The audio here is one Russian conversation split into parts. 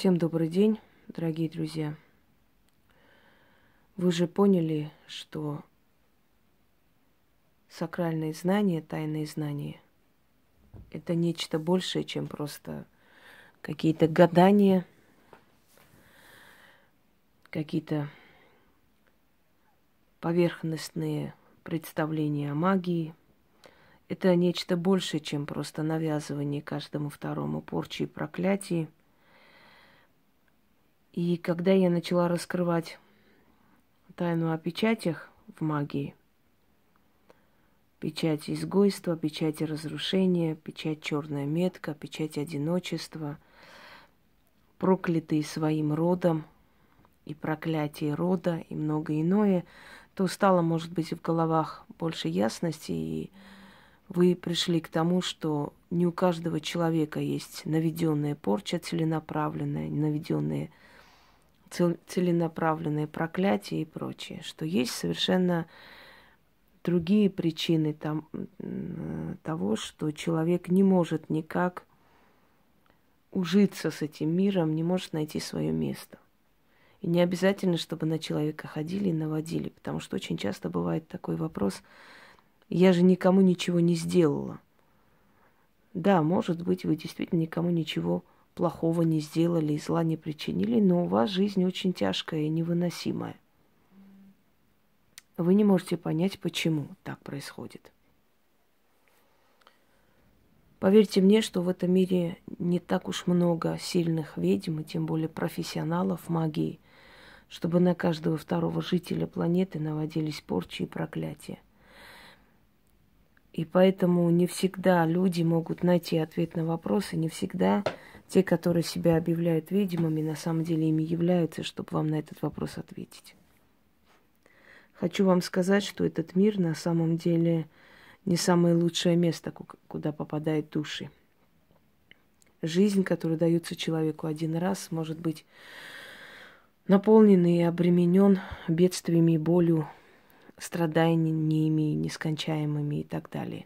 Всем добрый день, дорогие друзья. Вы же поняли, что сакральные знания, тайные знания – это нечто большее, чем просто какие-то гадания, какие-то поверхностные представления о магии. Это нечто большее, чем просто навязывание каждому второму порчи и проклятий. И когда я начала раскрывать тайну о печатях в магии, печать изгойства, печать разрушения, печать черная метка, печать одиночества, проклятые своим родом и проклятие рода и многое иное, то стало, может быть, в головах больше ясности, и вы пришли к тому, что не у каждого человека есть наведенная порча целенаправленная, наведенные целенаправленные проклятия и прочее, что есть совершенно другие причины того, что человек не может никак ужиться с этим миром, не может найти свое место. И не обязательно, чтобы на человека ходили и наводили, потому что очень часто бывает такой вопрос: я же никому ничего не сделала. Да, может быть, вы действительно никому ничего плохого не сделали и зла не причинили, но у вас жизнь очень тяжкая и невыносимая. Вы не можете понять, почему так происходит. Поверьте мне, что в этом мире не так уж много сильных ведьм, и тем более профессионалов магии, чтобы на каждого второго жителя планеты наводились порчи и проклятия. И поэтому не всегда люди могут найти ответ на вопросы, не всегда те, которые себя объявляют ведьмами, на самом деле ими являются, чтобы вам на этот вопрос ответить. Хочу вам сказать, что этот мир на самом деле не самое лучшее место, куда попадают души. Жизнь, которая дается человеку один раз, может быть наполнен и обременен бедствиями, болью, страданиями нескончаемыми и так далее.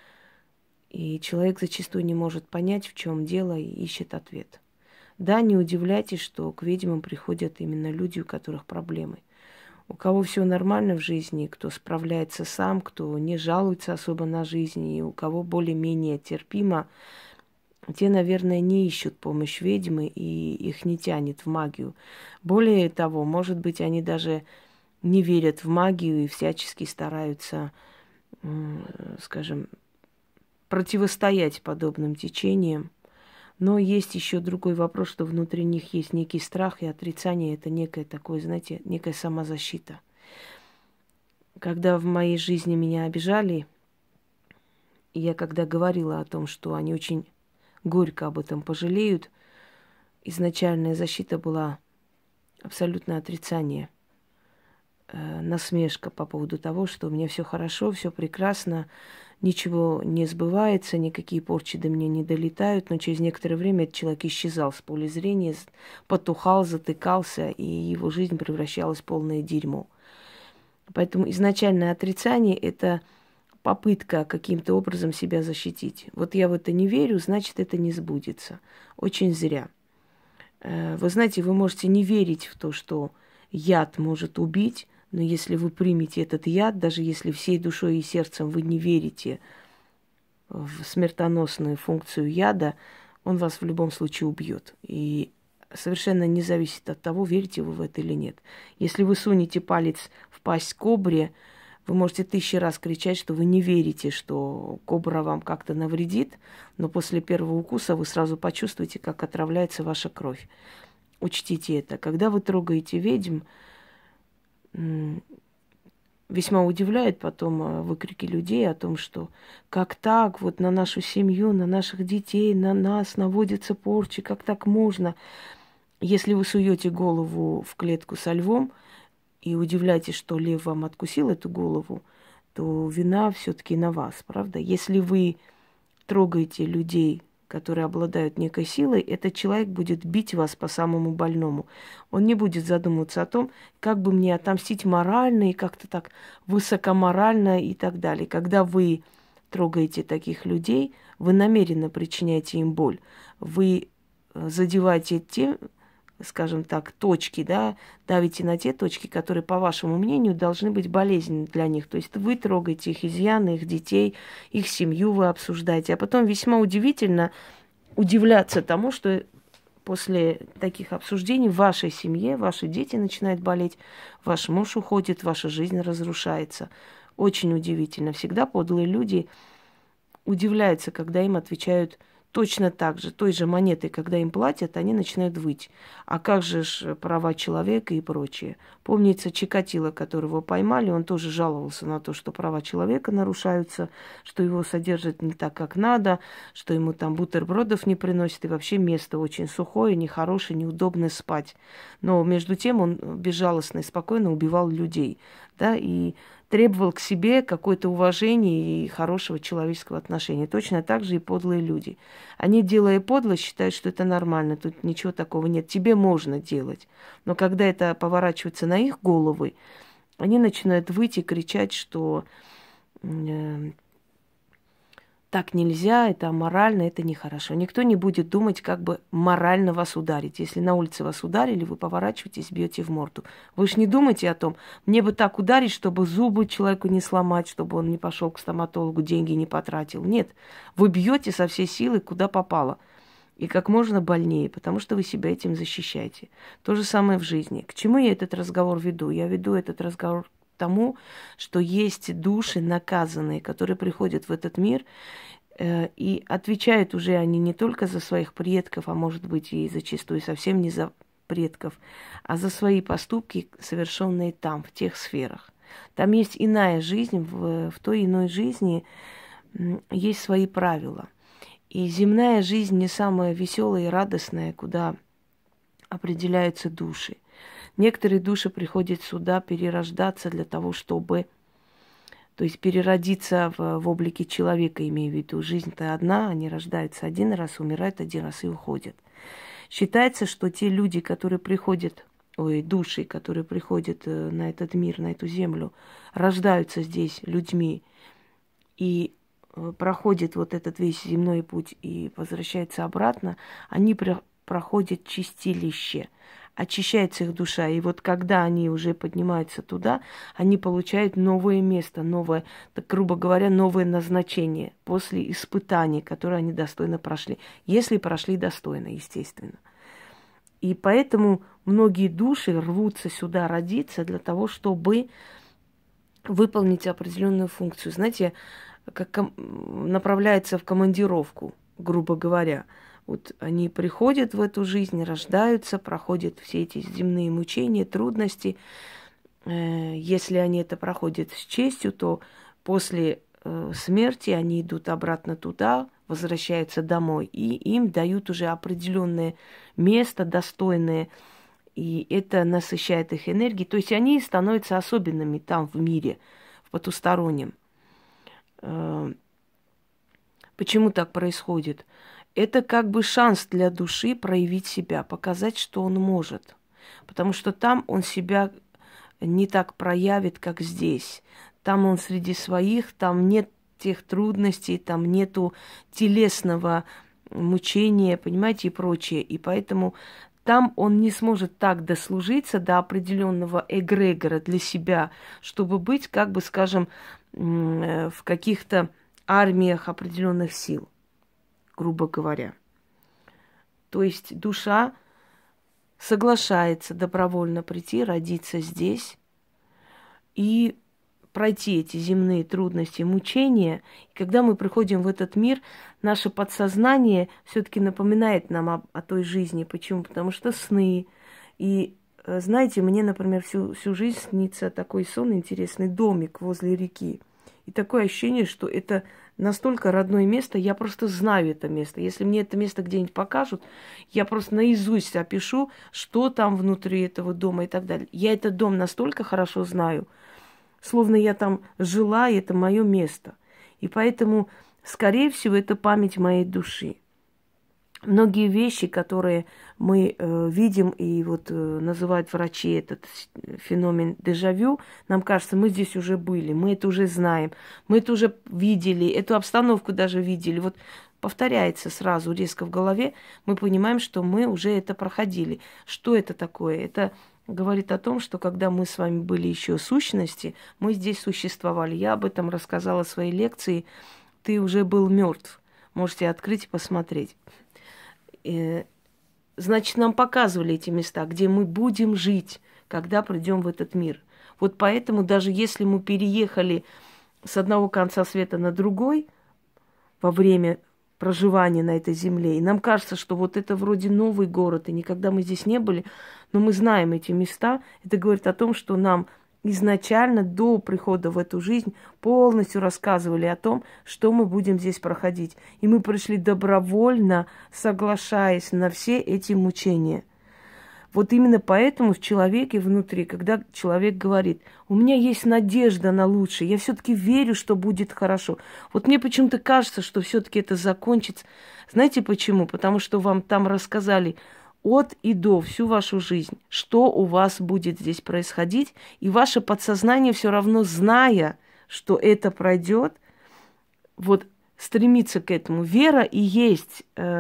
И человек зачастую не может понять, в чем дело, и ищет ответ. Да, не удивляйтесь, что к ведьмам приходят именно люди, у которых проблемы. У кого все нормально в жизни, кто справляется сам, кто не жалуется особо на жизнь, и у кого более-менее терпимо, те, наверное, не ищут помощь ведьмы, и их не тянет в магию. Более того, может быть, они даже не верят в магию и всячески стараются, скажем, противостоять подобным течениям. Но есть еще другой вопрос, что внутри них есть некий страх и отрицание. Это некое такое, знаете, некая самозащита. Когда в моей жизни меня обижали, и я когда говорила о том, что они очень горько об этом пожалеют, изначальная защита была абсолютное отрицание, насмешка по поводу того, что у меня все хорошо, все прекрасно, ничего не сбывается, никакие порчи до меня не долетают, но через некоторое время этот человек исчезал с поля зрения, потухал, затыкался, и его жизнь превращалась в полное дерьмо. Поэтому изначальное отрицание – это попытка каким-то образом себя защитить. Вот я в это не верю, значит, это не сбудется. Очень зря. Вы знаете, вы можете не верить в то, что яд может убить, но если вы примете этот яд, даже если всей душой и сердцем вы не верите в смертоносную функцию яда, он вас в любом случае убьет. И совершенно не зависит от того, верите вы в это или нет. Если вы сунете палец в пасть кобре, вы можете 1000 раз кричать, что вы не верите, что кобра вам как-то навредит, но после первого укуса вы сразу почувствуете, как отравляется ваша кровь. Учтите это. Когда вы трогаете ведьм, весьма удивляет потом выкрики людей о том, что как так, вот на нашу семью, на наших детей, на нас наводятся порчи, как так можно? Если вы суете голову в клетку со львом и удивляетесь, что лев вам откусил эту голову, то вина все-таки на вас, правда? Если вы трогаете людей, которые обладают некой силой, этот человек будет бить вас по самому больному. Он не будет задумываться о том, как бы мне отомстить морально и как-то так высокоморально и так далее. Когда вы трогаете таких людей, вы намеренно причиняете им боль. Вы задеваете скажем так, точки, да, давите на те точки, которые, по вашему мнению, должны быть болезненны для них. То есть вы трогаете их изъяны, их детей, их семью вы обсуждаете. А потом весьма удивительно удивляться тому, что после таких обсуждений в вашей семье ваши дети начинают болеть, ваш муж уходит, ваша жизнь разрушается. Очень удивительно. Всегда подлые люди удивляются, когда им отвечают точно так же, той же монетой, когда им платят, они начинают выть. А как же ж права человека и прочее? Помнится Чикатило, которого поймали, он тоже жаловался на то, что права человека нарушаются, что его содержат не так, как надо, что ему там бутербродов не приносят, и вообще место очень сухое, нехорошее, неудобно спать. Но между тем он безжалостно и спокойно убивал людей, да, и требовал к себе какое-то уважение и хорошего человеческого отношения. Точно так же и подлые люди. Они, делая подло, считают, что это нормально, тут ничего такого нет. Тебе можно делать. Но когда это поворачивается на их головы, они начинают выйти и кричать, что так нельзя, это аморально, это нехорошо. Никто не будет думать, как бы морально вас ударить. Если на улице вас ударили, вы поворачиваетесь, бьете в морду. Вы же не думайте о том, мне бы так ударить, чтобы зубы человеку не сломать, чтобы он не пошел к стоматологу, деньги не потратил. Нет, вы бьете со всей силы, куда попало. И как можно больнее, потому что вы себя этим защищаете. То же самое в жизни. К чему я этот разговор веду? Я веду этот разговор к тому, что есть души наказанные, которые приходят в этот мир, и отвечают уже они не только за своих предков, а может быть и зачастую совсем не за предков, а за свои поступки, совершенные там, в тех сферах. Там есть иная жизнь, в той иной жизни есть свои правила. И земная жизнь не самая веселая и радостная, куда определяются души. Некоторые души приходят сюда перерождаться для того, чтобы, то есть переродиться в облике человека, имею в виду. Жизнь-то одна, они рождаются один раз, умирают один раз и уходят. Считается, что те люди, которые приходят, души, которые приходят на этот мир, на эту землю, рождаются здесь людьми и проходят вот этот весь земной путь и возвращаются обратно, они проходят чистилище. Очищается их душа. И вот когда они уже поднимаются туда, они получают новое место, новое, так грубо говоря, новое назначение после испытаний, которые они достойно прошли. Если прошли достойно, естественно. И поэтому многие души рвутся сюда родиться для того, чтобы выполнить определенную функцию. Знаете, как направляется в командировку, грубо говоря. Вот они приходят в эту жизнь, рождаются, проходят все эти земные мучения, трудности. Если они это проходят с честью, то после смерти они идут обратно туда, возвращаются домой, и им дают уже определенное место, достойное, и это насыщает их энергией. То есть они становятся особенными там, в мире, в потустороннем. Почему так происходит? Это как бы шанс для души проявить себя, показать, что он может. Потому что там он себя не так проявит, как здесь. Там он среди своих, там нет тех трудностей, там нету телесного мучения, понимаете, и прочее. И поэтому там он не сможет так дослужиться до определенного эгрегора для себя, чтобы быть, как бы, скажем, в каких-то армиях определенных сил, грубо говоря. То есть душа соглашается добровольно прийти, родиться здесь и пройти эти земные трудности, мучения. И когда мы приходим в этот мир, наше подсознание все-таки напоминает нам о той жизни. Почему? Потому что сны. И знаете, мне, например, всю жизнь снится такой сон, интересный домик возле реки. И такое ощущение, что это настолько родное место, я просто знаю это место. Если мне это место где-нибудь покажут, я просто наизусть опишу, что там внутри этого дома и так далее. Я этот дом настолько хорошо знаю, словно я там жила, и это мое место. И поэтому, скорее всего, это память моей души. Многие вещи, которые мы видим, и вот называют врачи этот феномен дежавю, нам кажется, мы здесь уже были, мы это уже знаем, мы это уже видели, эту обстановку даже видели. Вот повторяется сразу резко в голове, мы понимаем, что мы уже это проходили. Что это такое? Это говорит о том, что когда мы с вами были еще сущности, мы здесь существовали. Я об этом рассказала в своей лекции. Ты уже был мертв. Можете открыть и посмотреть. Значит, нам показывали эти места, где мы будем жить, когда придем в этот мир. Вот поэтому даже если мы переехали с одного конца света на другой во время проживания на этой земле, и нам кажется, что вот это вроде новый город, и никогда мы здесь не были, но мы знаем эти места, это говорит о том, что нам изначально до прихода в эту жизнь полностью рассказывали о том, что мы будем здесь проходить. И мы пришли добровольно, соглашаясь на все эти мучения. Вот именно поэтому в человеке внутри, когда человек говорит, у меня есть надежда на лучшее, я все-таки верю, что будет хорошо. Вот мне почему-то кажется, что все-таки это закончится. Знаете почему? Потому что вам там рассказали от и до всю вашу жизнь, что у вас будет здесь происходить, и ваше подсознание все равно, зная, что это пройдет, вот стремится к этому. Вера и есть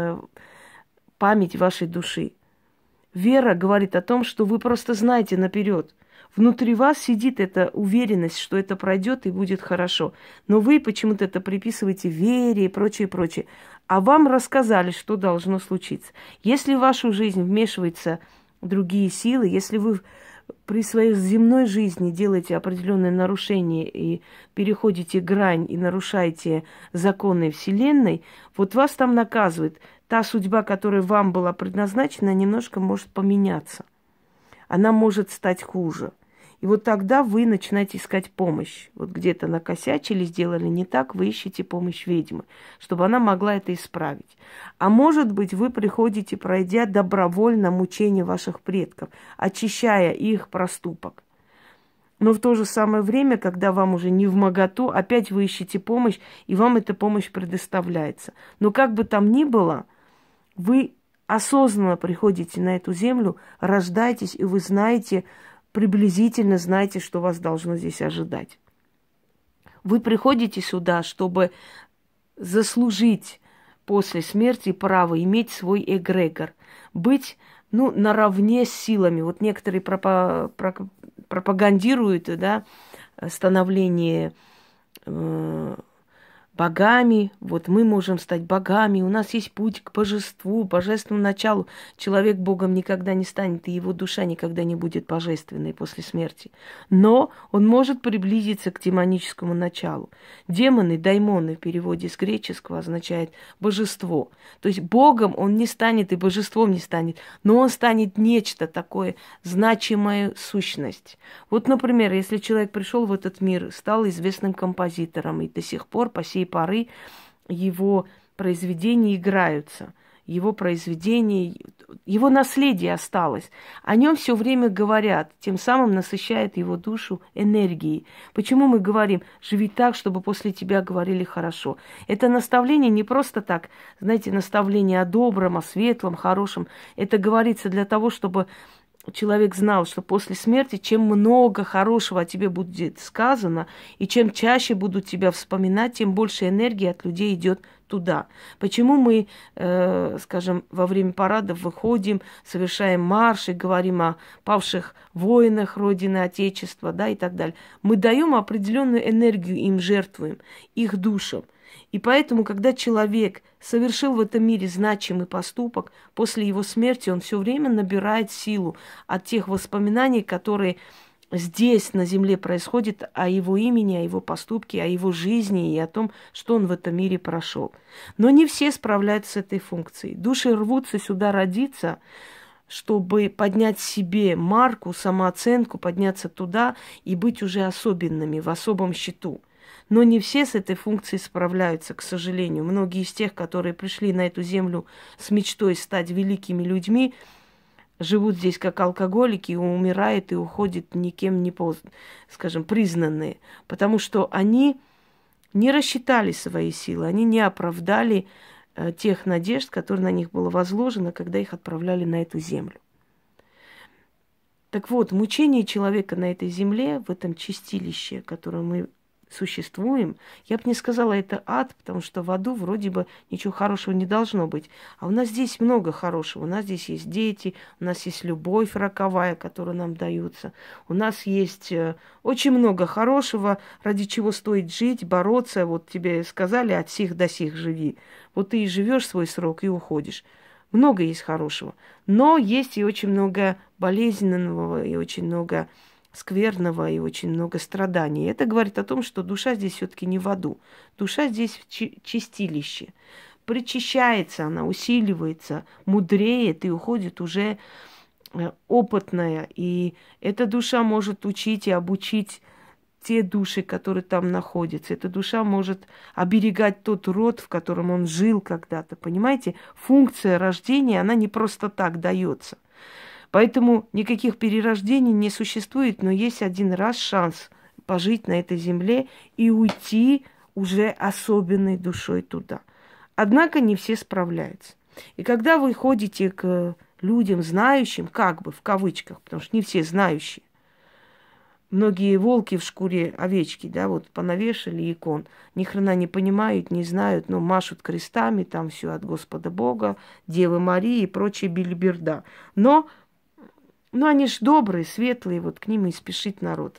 память вашей души. Вера говорит о том, что вы просто знаете наперед. Внутри вас сидит эта уверенность, что это пройдет и будет хорошо. Но вы почему-то это приписываете вере и прочее, прочее. А вам рассказали, что должно случиться. Если в вашу жизнь вмешиваются другие силы, если вы при своей земной жизни делаете определенные нарушения и переходите грань и нарушаете законы Вселенной, вот вас там наказывают. Та судьба, которая вам была предназначена, немножко может поменяться. Она может стать хуже. И вот тогда вы начинаете искать помощь. Вот где-то накосячили, сделали не так, вы ищете помощь ведьмы, чтобы она могла это исправить. А может быть, вы приходите, пройдя добровольно мучения ваших предков, очищая их проступок. Но в то же самое время, когда вам уже не вмоготу, опять вы ищете помощь, и вам эта помощь предоставляется. Но как бы там ни было, вы осознанно приходите на эту землю, рождаетесь, и вы знаете, приблизительно знаете, что вас должно здесь ожидать. Вы приходите сюда, чтобы заслужить после смерти право иметь свой эгрегор, быть, наравне с силами. Вот некоторые пропагандируют, да, становление богами, вот мы можем стать богами, у нас есть путь к божеству, божественному началу. Человек богом никогда не станет, и его душа никогда не будет божественной после смерти. Но он может приблизиться к демоническому началу. Демоны, даймоны в переводе с греческого означает божество. То есть богом он не станет и божеством не станет, но он станет нечто такое, значимая сущность. Вот, например, если человек пришел в этот мир, стал известным композитором, и до сих пор по сей поры его произведения играются, его произведения, его наследие осталось. О нем все время говорят, тем самым насыщает его душу энергией. Почему мы говорим, живи так, чтобы после тебя говорили хорошо? Это наставление не просто так, знаете, наставление о добром, о светлом, хорошем. Это говорится для того, чтобы человек знал, что после смерти, чем много хорошего о тебе будет сказано, и чем чаще будут тебя вспоминать, тем больше энергии от людей идет туда. Почему мы, скажем, во время парадов выходим, совершаем марши, говорим о павших воинах Родины, Отечества, да, и так далее. Мы даем определенную энергию им, жертвуем, их душам. И поэтому, когда человек совершил в этом мире значимый поступок, после его смерти он все время набирает силу от тех воспоминаний, которые здесь, на земле, происходят о его имени, о его поступке, о его жизни и о том, что он в этом мире прошел. Но не все справляются с этой функцией. Души рвутся сюда родиться, чтобы поднять себе марку, самооценку, подняться туда и быть уже особенными, в особом счету. Но не все с этой функцией справляются, к сожалению. Многие из тех, которые пришли на эту землю с мечтой стать великими людьми, живут здесь как алкоголики, и умирают, и уходят никем не, скажем, признанные. Потому что они не рассчитали свои силы, они не оправдали тех надежд, которые на них было возложено, когда их отправляли на эту землю. Так вот, мучение человека на этой земле, в этом чистилище, которое мы существуем, я бы не сказала, это ад, потому что в аду вроде бы ничего хорошего не должно быть. А у нас здесь много хорошего. У нас здесь есть дети, у нас есть любовь роковая, которая нам дается. У нас есть очень много хорошего, ради чего стоит жить, бороться. Вот тебе сказали, от сих до сих живи. Вот ты и живешь свой срок и уходишь. Много есть хорошего. Но есть и очень много болезненного, и очень много скверного, и очень много страданий. Это говорит о том, что душа здесь все-таки не в аду. Душа здесь в чистилище. Причащается она, усиливается, мудреет и уходит уже опытная. И эта душа может учить и обучить те души, которые там находятся. Эта душа может оберегать тот род, в котором он жил когда-то. Понимаете? Функция рождения, она не просто так дается. Поэтому никаких перерождений не существует, но есть один раз шанс пожить на этой земле и уйти уже особенной душой туда. Однако не все справляются. И когда вы ходите к людям знающим, как бы в кавычках, потому что не все знающие, многие волки в шкуре овечки, да, вот понавешали икон, ни хрена не понимают, не знают, но машут крестами, там все от Господа Бога, Девы Марии и прочая билиберда. Но они ж добрые, светлые, вот к ним и спешит народ.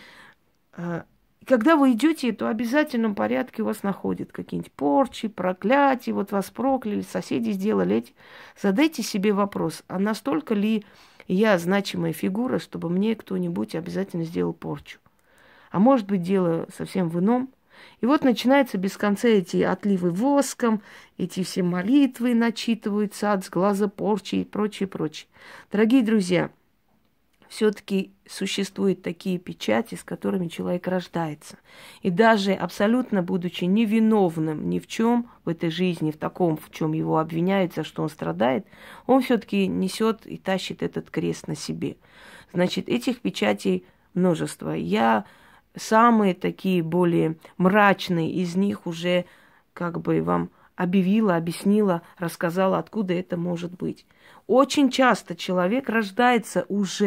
Когда вы идете, то в обязательном порядке у вас находят какие-нибудь порчи, проклятия, вот вас прокляли, соседи сделали эти. Задайте себе вопрос, а настолько ли я значимая фигура, чтобы мне кто-нибудь обязательно сделал порчу? А может быть, дело совсем в ином? И вот начинаются без конца эти отливы воском, эти все молитвы начитываются от сглаза порчи и прочее, прочее. Дорогие друзья, все-таки существуют такие печати, с которыми человек рождается. И даже абсолютно будучи невиновным ни в чем в этой жизни, в таком, в чем его обвиняют, за что он страдает, он все-таки несет и тащит этот крест на себе. Значит, этих печатей множество. Я самые такие более мрачные из них уже как бы вам объявила, объяснила, рассказала, откуда это может быть. Очень часто человек рождается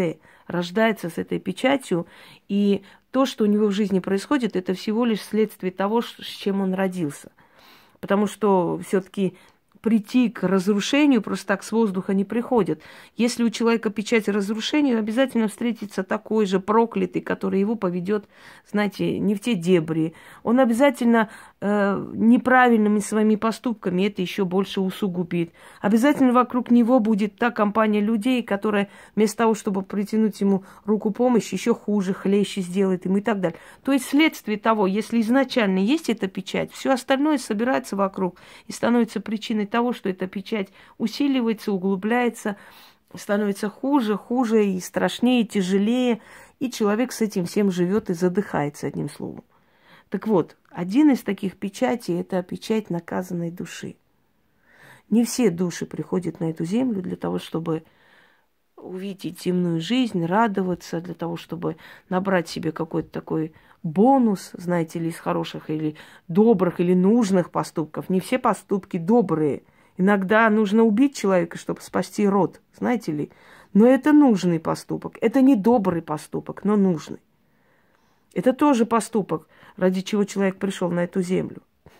с этой печатью, и то, что у него в жизни происходит, это всего лишь следствие того, с чем он родился. Потому что все-таки прийти к разрушению просто так с воздуха не приходит. Если у человека печать разрушения, обязательно встретится такой же проклятый, который его поведет, знаете, не в те дебри. Он обязательно неправильными своими поступками это еще больше усугубит. Обязательно вокруг него будет та компания людей, которая вместо того, чтобы притянуть ему руку помощи, еще хуже, хлеще сделает ему и так далее. То есть вследствие того, если изначально есть эта печать, все остальное собирается вокруг и становится причиной того, что эта печать усиливается, углубляется, становится хуже и страшнее, и тяжелее, и человек с этим всем живет и задыхается, одним словом. Так вот, один из таких печатей – это печать наказанной души. Не все души приходят на эту землю для того, чтобы увидеть земную жизнь, радоваться, для того, чтобы набрать себе какой-то такой бонус, знаете ли, из хороших или добрых, или нужных поступков. Не все поступки добрые. Иногда нужно убить человека, чтобы спасти род, знаете ли. Но это нужный поступок. Это не добрый поступок, но нужный. Это тоже поступок, ради чего человек пришел на эту землю.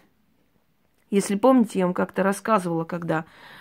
Если помните, я вам как-то рассказывала, когда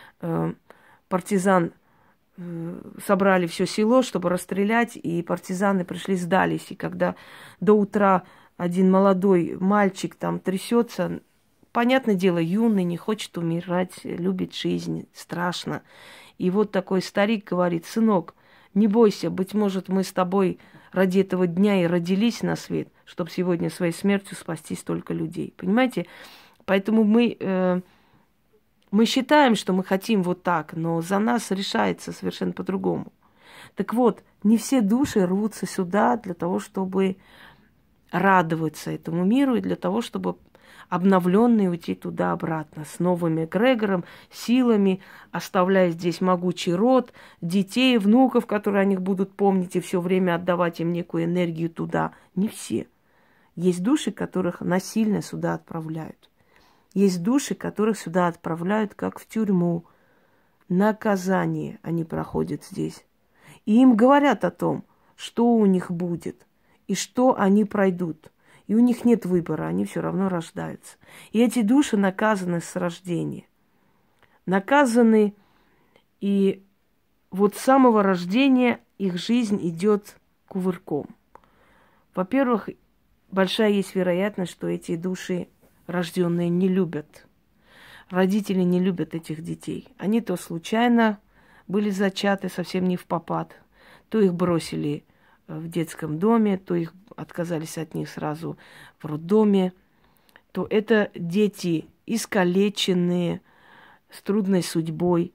партизан собрали все село, чтобы расстрелять, и партизаны пришли, сдались. И когда до утра один молодой мальчик там трясется, понятное дело, юный, не хочет умирать, любит жизнь, страшно. И вот такой старик говорит: сынок, не бойся, быть может, мы с тобой ради этого дня и родились на свет, чтобы сегодня своей смертью спасти столько людей. Понимаете? Поэтому мы считаем, что мы хотим вот так, но за нас решается совершенно по-другому. Так вот, не все души рвутся сюда для того, чтобы радоваться этому миру и для того, чтобы обновленные уйти туда-обратно с новым эгрегором, силами, оставляя здесь могучий род, детей, внуков, которые о них будут помнить и все время отдавать им некую энергию туда. Не все. Есть души, которых насильно сюда отправляют. Есть души, которых сюда отправляют как в тюрьму. Наказание они проходят здесь. И им говорят о том, что у них будет и что они пройдут. И у них нет выбора, они все равно рождаются. И эти души наказаны с рождения. Наказаны, и вот с самого рождения их жизнь идет кувырком. Во-первых, большая есть вероятность, что эти души рожденные не любят. Родители не любят этих детей. Они то случайно были зачаты совсем не впопад, то их бросили в детском доме, то их отказались от них сразу в роддоме, то это дети искалеченные, с трудной судьбой,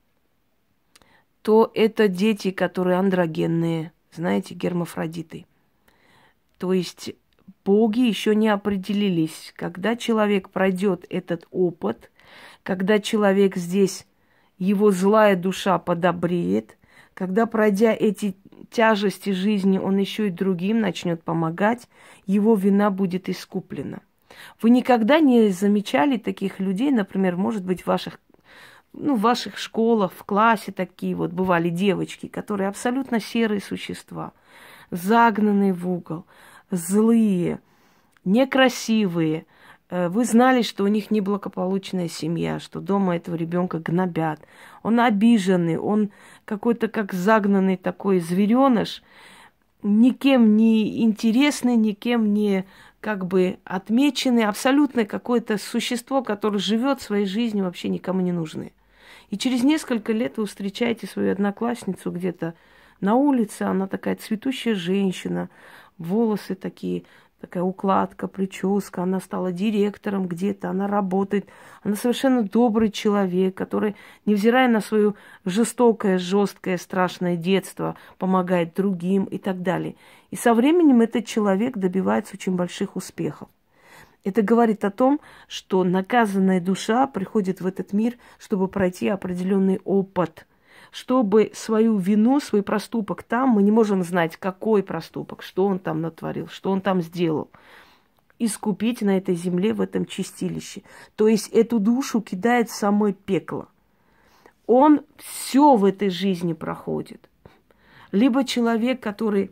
то это дети, которые андрогенные, знаете, гермафродиты. То есть боги еще не определились, когда человек пройдет этот опыт, когда человек здесь, его злая душа подобреет, когда, пройдя эти тяжести жизни, он еще и другим начнет помогать, его вина будет искуплена. Вы никогда не замечали таких людей, например, может быть, в ваших школах, в классе такие вот бывали девочки, которые абсолютно серые существа, загнанные в угол, злые, некрасивые. Вы знали, что у них неблагополучная семья, что дома этого ребенка гнобят. Он обиженный, он какой-то как загнанный такой звереныш, никем не интересный, никем не как бы отмеченный, абсолютно какое-то существо, которое живет своей жизнью, вообще никому не нужное. И через несколько лет вы встречаете свою одноклассницу где-то на улице, она такая цветущая женщина, волосы такие, такая укладка, прическа, она стала директором где-то, она работает, она совершенно добрый человек, который, невзирая на свое жестокое, жесткое, страшное детство, помогает другим и так далее. И со временем этот человек добивается очень больших успехов. Это говорит о том, что наказанная душа приходит в этот мир, чтобы пройти определенный опыт, чтобы свою вину, свой проступок там, мы не можем знать, какой проступок, что он там натворил, что он там сделал, искупить на этой земле, в этом чистилище. То есть эту душу кидает в самое пекло. Он все в этой жизни проходит. Либо человек, который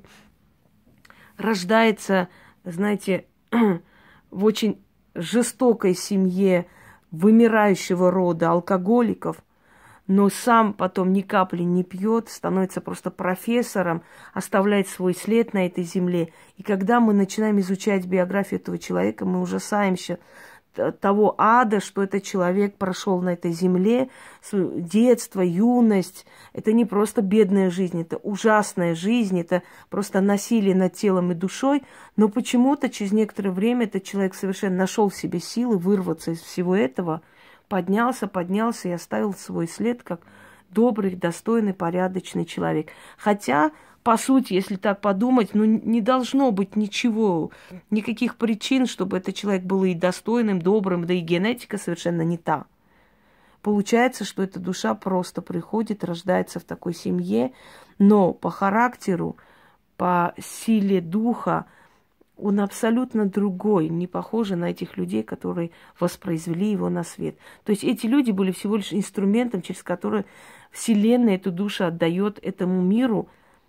рождается, знаете, в очень жестокой семье вымирающего рода алкоголиков, но сам потом ни капли не пьет, становится просто профессором, оставляет свой след на этой земле. И когда мы начинаем изучать биографию этого человека, мы ужасаемся того ада, что этот человек прошел на этой земле, детство, юность. Это не просто бедная жизнь, это ужасная жизнь, это просто насилие над телом и душой. Но почему-то через некоторое время этот человек совершенно нашел в себе силы вырваться из всего этого, поднялся и оставил свой след как добрый, достойный, порядочный человек. Хотя, по сути, если так подумать, не должно быть ничего, никаких причин, чтобы этот человек был и достойным, добрым, да и генетика совершенно не та. Получается, что эта душа просто приходит, рождается в такой семье, но по характеру, по силе духа, он абсолютно другой, не похожий на этих людей, которые воспроизвели его на свет. То есть эти люди были всего лишь инструментом, через который Вселенная эту душу отдает этому миру,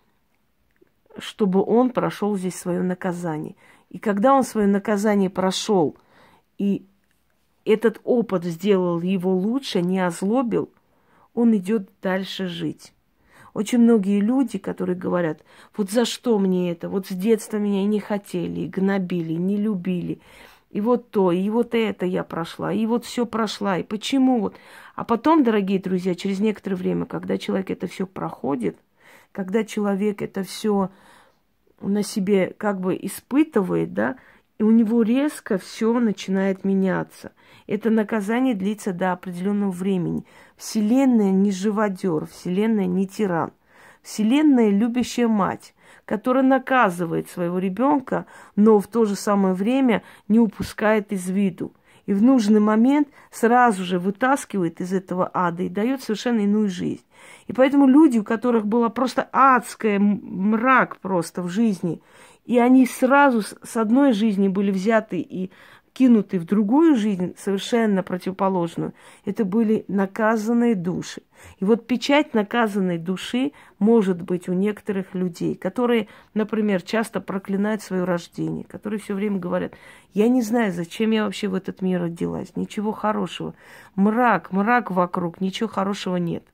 чтобы он прошел здесь свое наказание. И когда он свое наказание прошел, и этот опыт сделал его лучше, не озлобил, он идет дальше жить. Очень многие люди, которые говорят, вот за что мне это, вот с детства меня и не хотели, и гнобили, и не любили, и вот то, и вот это я прошла, и вот все прошла, и почему вот. А потом, дорогие друзья, через некоторое время, когда человек это все проходит, когда человек это все на себе как бы испытывает, да, и у него резко все начинает меняться. Это наказание длится до определенного времени. Вселенная не живодер, Вселенная не тиран. Вселенная любящая мать, которая наказывает своего ребенка, но в то же самое время не упускает из виду. И в нужный момент сразу же вытаскивает из этого ада и дает совершенно иную жизнь. И поэтому люди, у которых была просто адская мрак просто в жизни, и они сразу с одной жизни были взяты и кинуты в другую жизнь, совершенно противоположную, это были наказанные души. И вот печать наказанной души может быть у некоторых людей, которые, например, часто проклинают свое рождение, которые все время говорят: я не знаю, зачем я вообще в этот мир родилась, ничего хорошего. Мрак вокруг, ничего хорошего нет.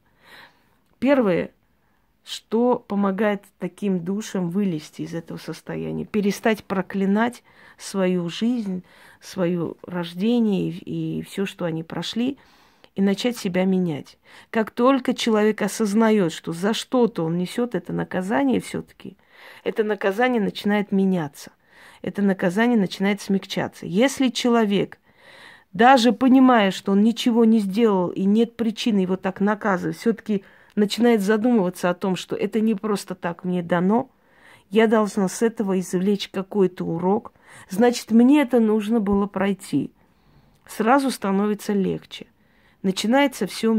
Первое, что помогает таким душам вылезти из этого состояния, перестать проклинать свою жизнь, свое рождение и все, что они прошли, и начать себя менять. Как только человек осознает, что за что-то он несет это наказание все-таки, это наказание начинает меняться, это наказание начинает смягчаться. Если человек, даже понимая, что он ничего не сделал и нет причины его так наказывать, все-таки начинает задумываться о том, что это не просто так мне дано, я должна с этого извлечь какой-то урок, значит, мне это нужно было пройти. Сразу становится легче. Начинает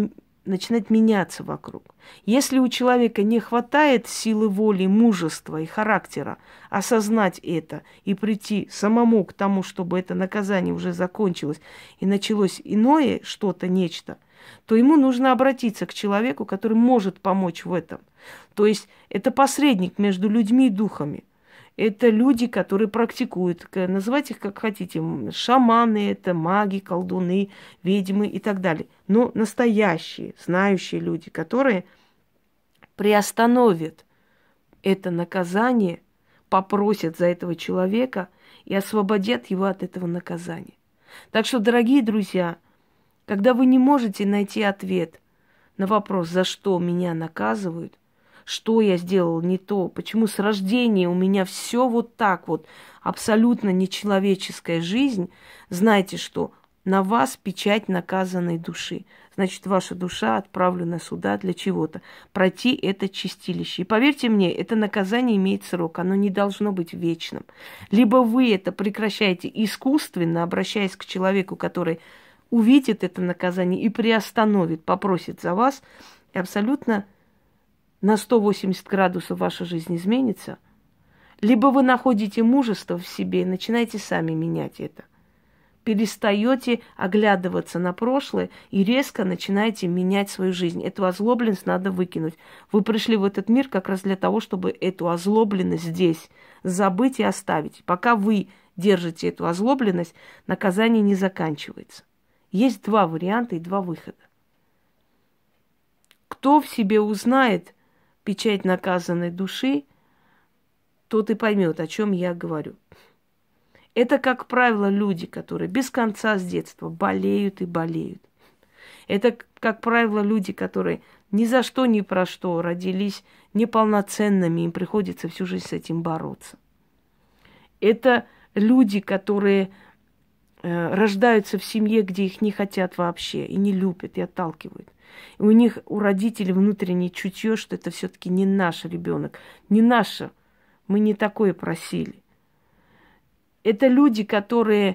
меняться вокруг. Если у человека не хватает силы воли, мужества и характера осознать это и прийти самому к тому, чтобы это наказание уже закончилось и началось иное что-то, нечто, то ему нужно обратиться к человеку, который может помочь в этом. То есть это посредник между людьми и духами. Это люди, которые практикуют, называйте их как хотите, шаманы, это маги, колдуны, ведьмы и так далее. Но настоящие, знающие люди, которые приостановят это наказание, попросят за этого человека и освободят его от этого наказания. Так что, дорогие друзья, когда вы не можете найти ответ на вопрос, за что меня наказывают, что я сделал не то, почему с рождения у меня все вот так вот, абсолютно нечеловеческая жизнь, знайте, что на вас печать наказанной души. Значит, ваша душа отправлена сюда для чего-то. Пройти это чистилище. И поверьте мне, это наказание имеет срок, оно не должно быть вечным. Либо вы это прекращаете искусственно, обращаясь к человеку, который увидит это наказание и приостановит, попросит за вас, и абсолютно на 180 градусов ваша жизнь изменится. Либо вы находите мужество в себе и начинаете сами менять это. Перестаете оглядываться на прошлое и резко начинаете менять свою жизнь. Эту озлобленность надо выкинуть. Вы пришли в этот мир как раз для того, чтобы эту озлобленность здесь забыть и оставить. Пока вы держите эту озлобленность, наказание не заканчивается. Есть два варианта и два выхода. Кто в себе узнает печать наказанной души, тот и поймет, о чем я говорю. Это, как правило, люди, которые без конца с детства болеют и болеют. Это, как правило, люди, которые ни за что, ни про что родились неполноценными, им приходится всю жизнь с этим бороться. Это люди, которые рождаются в семье, где их не хотят вообще, и не любят, и отталкивают. И у родителей внутреннее чутье, что это все-таки не наш ребенок, не наше, мы не такое просили. Это люди, которые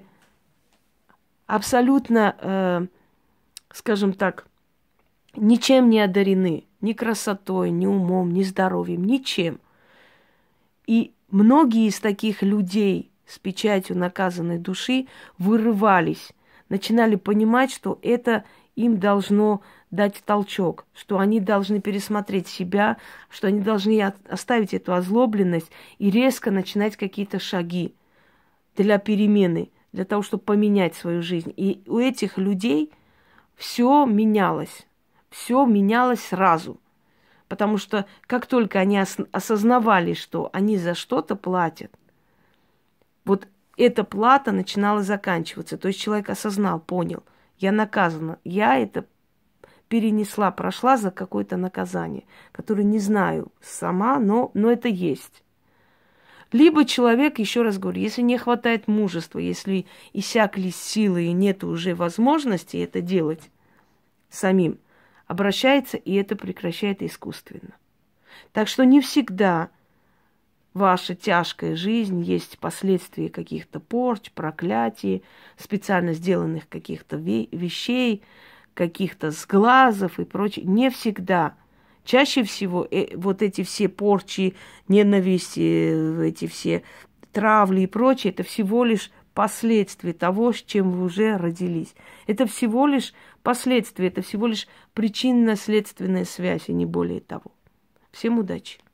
абсолютно, скажем так, ничем не одарены, ни красотой, ни умом, ни здоровьем, ничем. И многие из таких людей с печатью наказанной души вырывались, начинали понимать, что это им должно дать толчок, что они должны пересмотреть себя, что они должны оставить эту озлобленность и резко начинать какие-то шаги для перемены, для того, чтобы поменять свою жизнь. И у этих людей все менялось сразу. Потому что как только они осознавали, что они за что-то платят, вот эта плата начинала заканчиваться. То есть человек осознал, понял, я наказана, я это перенесла, прошла за какое-то наказание, которое не знаю сама, но это есть. Либо человек, еще раз говорю, если не хватает мужества, если иссякли силы и нет уже возможности это делать самим, обращается и это прекращает искусственно. Так что не всегда ваша тяжкая жизнь есть последствия каких-то порч, проклятий, специально сделанных каких-то вещей, каких-то сглазов и прочее. Не всегда. Чаще всего вот эти все порчи, ненависть, эти все травли и прочее, это всего лишь последствия того, с чем вы уже родились. Это всего лишь последствия, это всего лишь причинно-следственная связь, и не более того. Всем удачи!